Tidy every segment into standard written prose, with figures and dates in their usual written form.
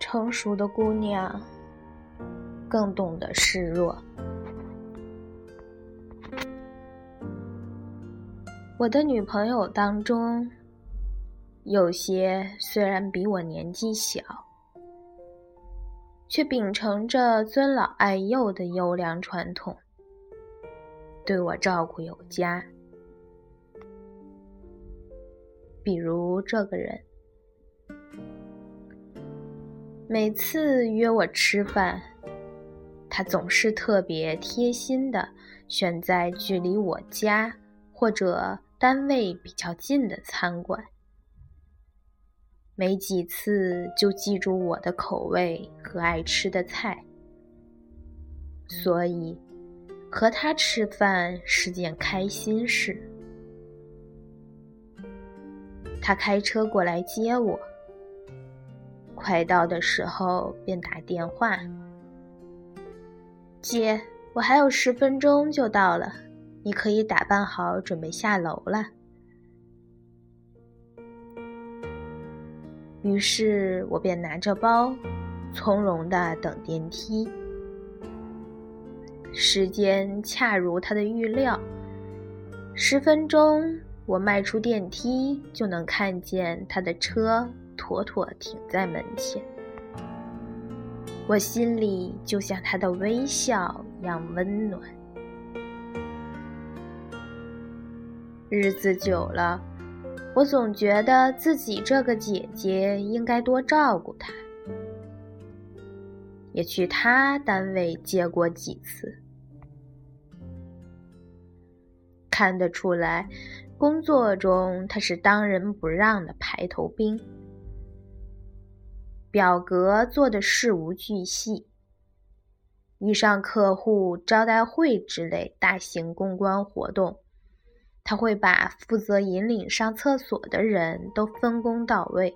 成熟的姑娘更懂得示弱。我的女朋友当中，有些虽然比我年纪小，却秉承着尊老爱幼的优良传统，对我照顾有加。比如这个人，每次约我吃饭，他总是特别贴心地选在距离我家或者单位比较近的餐馆，没几次就记住我的口味和爱吃的菜，所以和他吃饭是件开心事。他开车过来接我，快到的时候便打电话：姐，我还有10分钟就到了，你可以打扮好准备下楼了。于是我便拿着包，从容地等电梯。时间恰如他的预料，10分钟我迈出电梯，就能看见他的车妥妥停在门前。我心里就像他的微笑一样温暖。日子久了，我总觉得自己这个姐姐应该多照顾她，也去她单位接过几次。看得出来，工作中她是当仁不让的排头兵，表格做的事无巨细，遇上客户招待会之类大型公关活动，他会把负责引领上厕所的人都分工到位。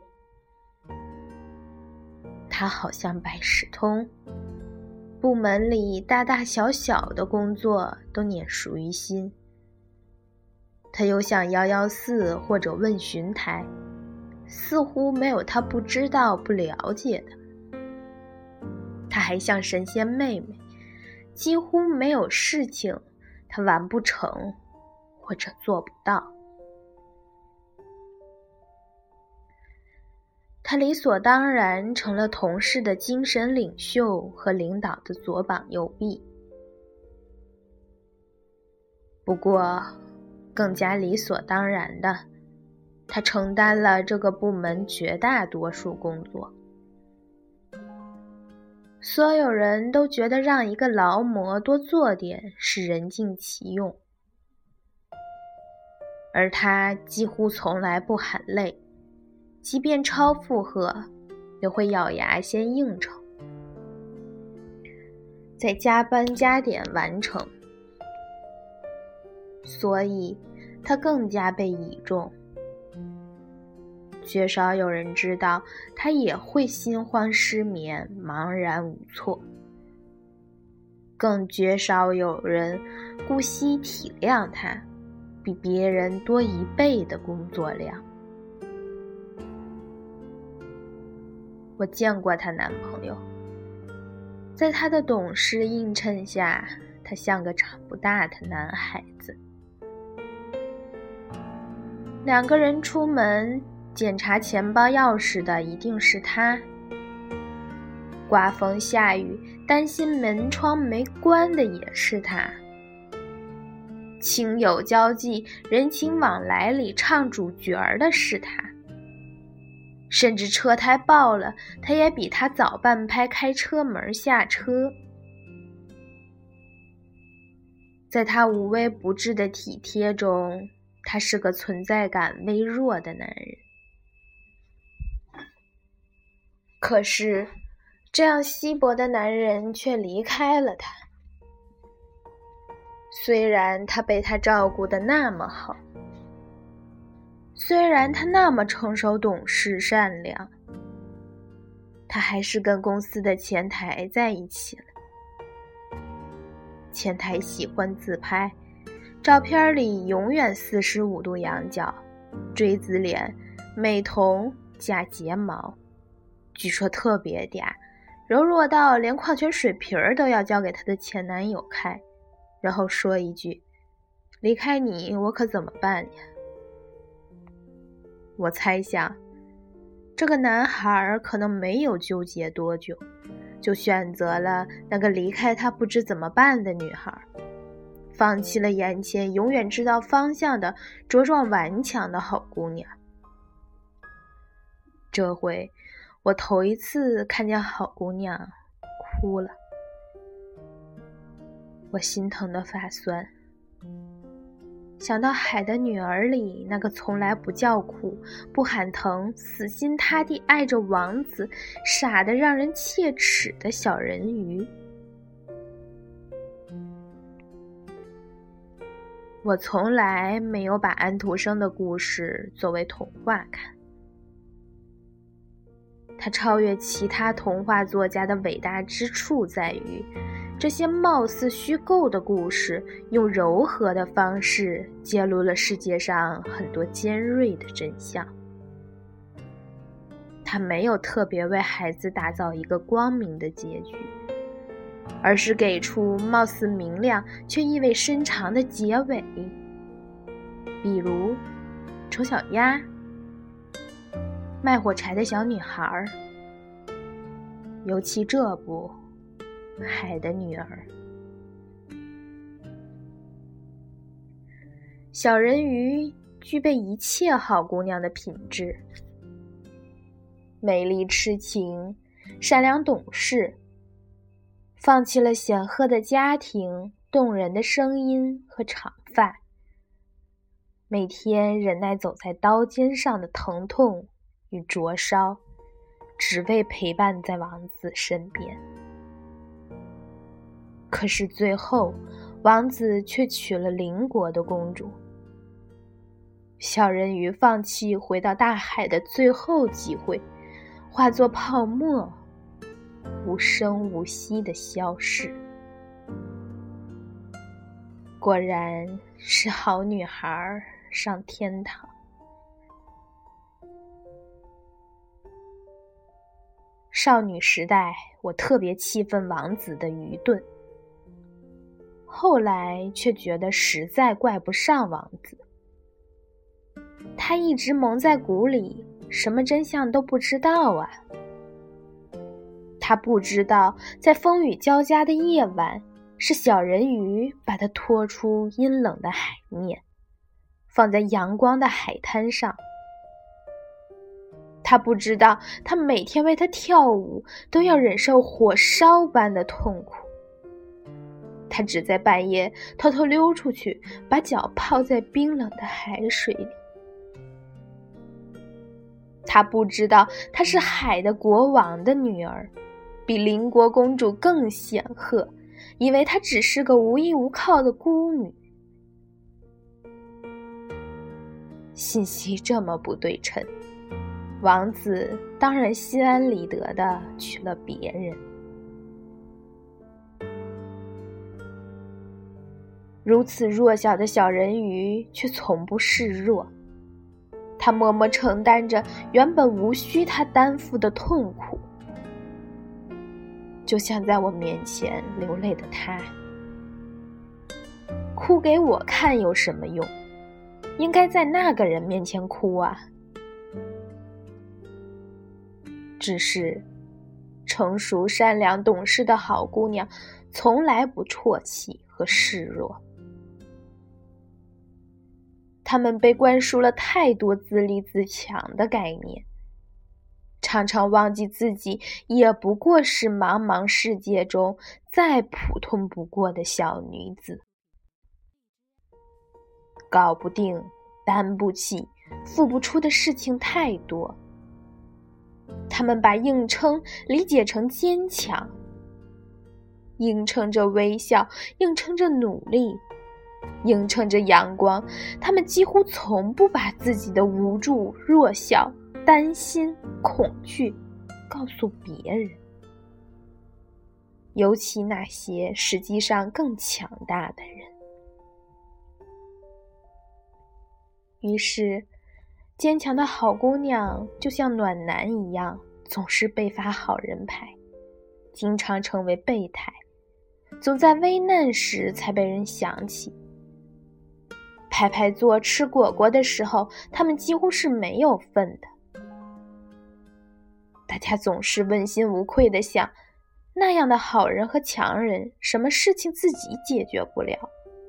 他好像百事通，部门里大大小小的工作都拈熟于心。他又像114或者问询台，似乎没有他不知道不了解的。他还像神仙妹妹，几乎没有事情他完不成或者做不到。他理所当然成了同事的精神领袖和领导的左膀右臂。不过更加理所当然的，他承担了这个部门绝大多数工作。所有人都觉得让一个劳模多做点是人尽其用，而他几乎从来不喊累，即便超负荷也会咬牙先应承，再加班加点完成。所以他更加被倚重，绝少有人知道他也会心慌失眠，茫然无措，更绝少有人顾惜体谅他比别人多1倍的工作量。我见过她男朋友，在她的懂事映衬下，他像个长不大的男孩子。2个人出门，检查钱包钥匙的一定是他。刮风下雨，担心门窗没关的也是他。亲友交际，人情往来里唱主角的是他。甚至车胎爆了，他也比他早半拍开车门下车。在他无微不至的体贴中，他是个存在感微弱的男人。可是这样稀薄的男人却离开了他。虽然他被他照顾得那么好，虽然他那么成熟懂事善良，他还是跟公司的前台在一起了。前台喜欢自拍，照片里永远45度仰角，锥子脸，美瞳加睫毛。 据说特别嗲，柔弱到连矿泉水瓶儿都要交给她的前男友开，然后说一句：离开你我可怎么办呀？我猜想这个男孩可能没有纠结多久，就选择了那个离开他不知怎么办的女孩，放弃了眼前永远知道方向的茁壮顽强的好姑娘。这回我头一次看见好姑娘哭了，我心疼得发酸。想到海的女儿里那个从来不叫苦不喊疼死心塌地爱着王子傻得让人切齿的小人鱼，我从来没有把安徒生的故事作为童话看。他超越其他童话作家的伟大之处在于，这些貌似虚构的故事用柔和的方式揭露了世界上很多尖锐的真相。他没有特别为孩子打造一个光明的结局，而是给出貌似明亮却意味深长的结尾，比如丑小鸭、卖火柴的小女孩，尤其这部海的女儿。小人鱼具备一切好姑娘的品质：美丽痴情，善良懂事，放弃了显赫的家庭、动人的声音和长发，每天忍耐走在刀尖上的疼痛与灼烧，只为陪伴在王子身边。可是最后，王子却娶了邻国的公主。小人鱼放弃回到大海的最后机会，化作泡沫，无声无息地消逝。果然是好女孩上天堂。少女时代，我特别气愤王子的愚钝，后来却觉得实在怪不上王子。他一直蒙在鼓里，什么真相都不知道啊。他不知道，在风雨交加的夜晚，是小人鱼把他拖出阴冷的海面，放在阳光的海滩上。他不知道，他每天为他跳舞都要忍受火烧般的痛苦。他只在半夜偷偷溜出去，把脚泡在冰冷的海水里。他不知道，他是海的国王的女儿，比邻国公主更显赫，以为她只是个无依无靠的孤女。信息这么不对称，王子当然心安理得地娶了别人。如此弱小的小人鱼却从不示弱，他默默承担着原本无需他担负的痛苦，就像在我面前流泪的他。哭给我看有什么用？应该在那个人面前哭啊。只是成熟善良懂事的好姑娘从来不啜泣和示弱，她们被灌输了太多自立自强的概念，常常忘记自己也不过是茫茫世界中再普通不过的小女子。搞不定、担不起、付不出的事情太多，他们把硬撑理解成坚强，硬撑着微笑，硬撑着努力，硬撑着阳光，他们几乎从不把自己的无助、弱小、担心、恐惧告诉别人，尤其那些实际上更强大的人。于是坚强的好姑娘就像暖男一样， 总是被发好人牌，经常成为备胎，总在危难时才被人想起。排排坐吃果果的时候，他们几乎是没有份的。大家总是问心无愧地想，那样的好人和强人，什么事情自己解决不了？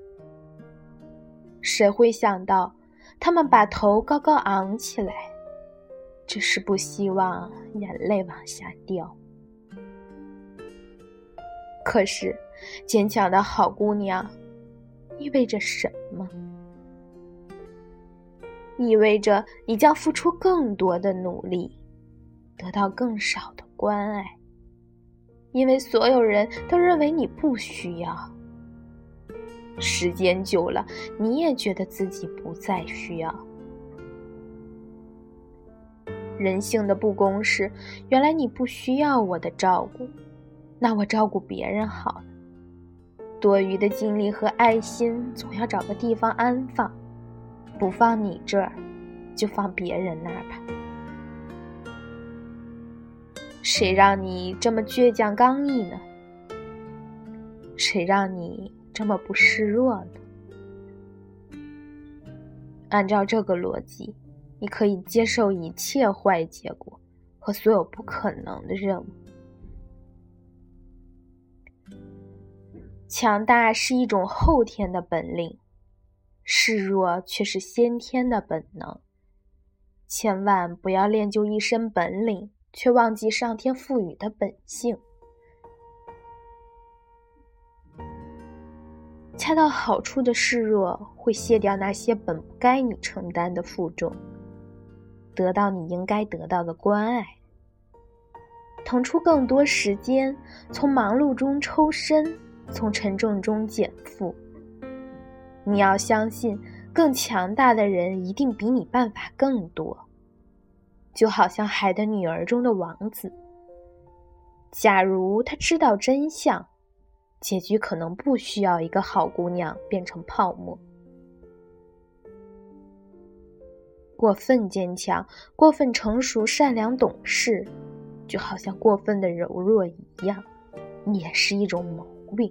谁会想到，他们把头高高昂起来，只是不希望眼泪往下掉。可是，坚强的好姑娘，意味着什么？意味着你将付出更多的努力，得到更少的关爱，因为所有人都认为你不需要。时间久了，你也觉得自己不再需要。人性的不公是，原来你不需要我的照顾，那我照顾别人好了。多余的精力和爱心总要找个地方安放，不放你这儿，就放别人那儿吧。谁让你这么倔强刚毅呢？谁让你这么不示弱呢？按照这个逻辑，你可以接受一切坏结果和所有不可能的任务。强大是一种后天的本领，示弱却是先天的本能。千万不要练就一身本领，却忘记上天赋予的本性。恰到好处的示弱会卸掉那些本不该你承担的负重，得到你应该得到的关爱，腾出更多时间，从忙碌中抽身，从沉重中减负。你要相信，更强大的人一定比你办法更多。就好像《海的女儿》中的王子，假如他知道真相，结局可能不需要一个好姑娘变成泡沫。过分坚强、过分成熟、善良懂事，就好像过分的柔弱一样，也是一种毛病。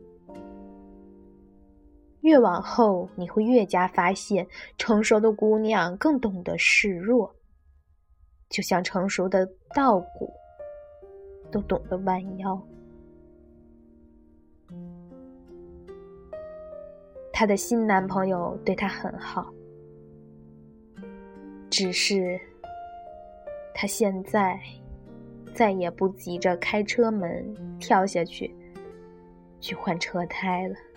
越往后，你会越加发现，成熟的姑娘更懂得示弱，就像成熟的稻谷都懂得弯腰。她的新男朋友对她很好，只是她现在再也不急着开车门跳下去换车胎了。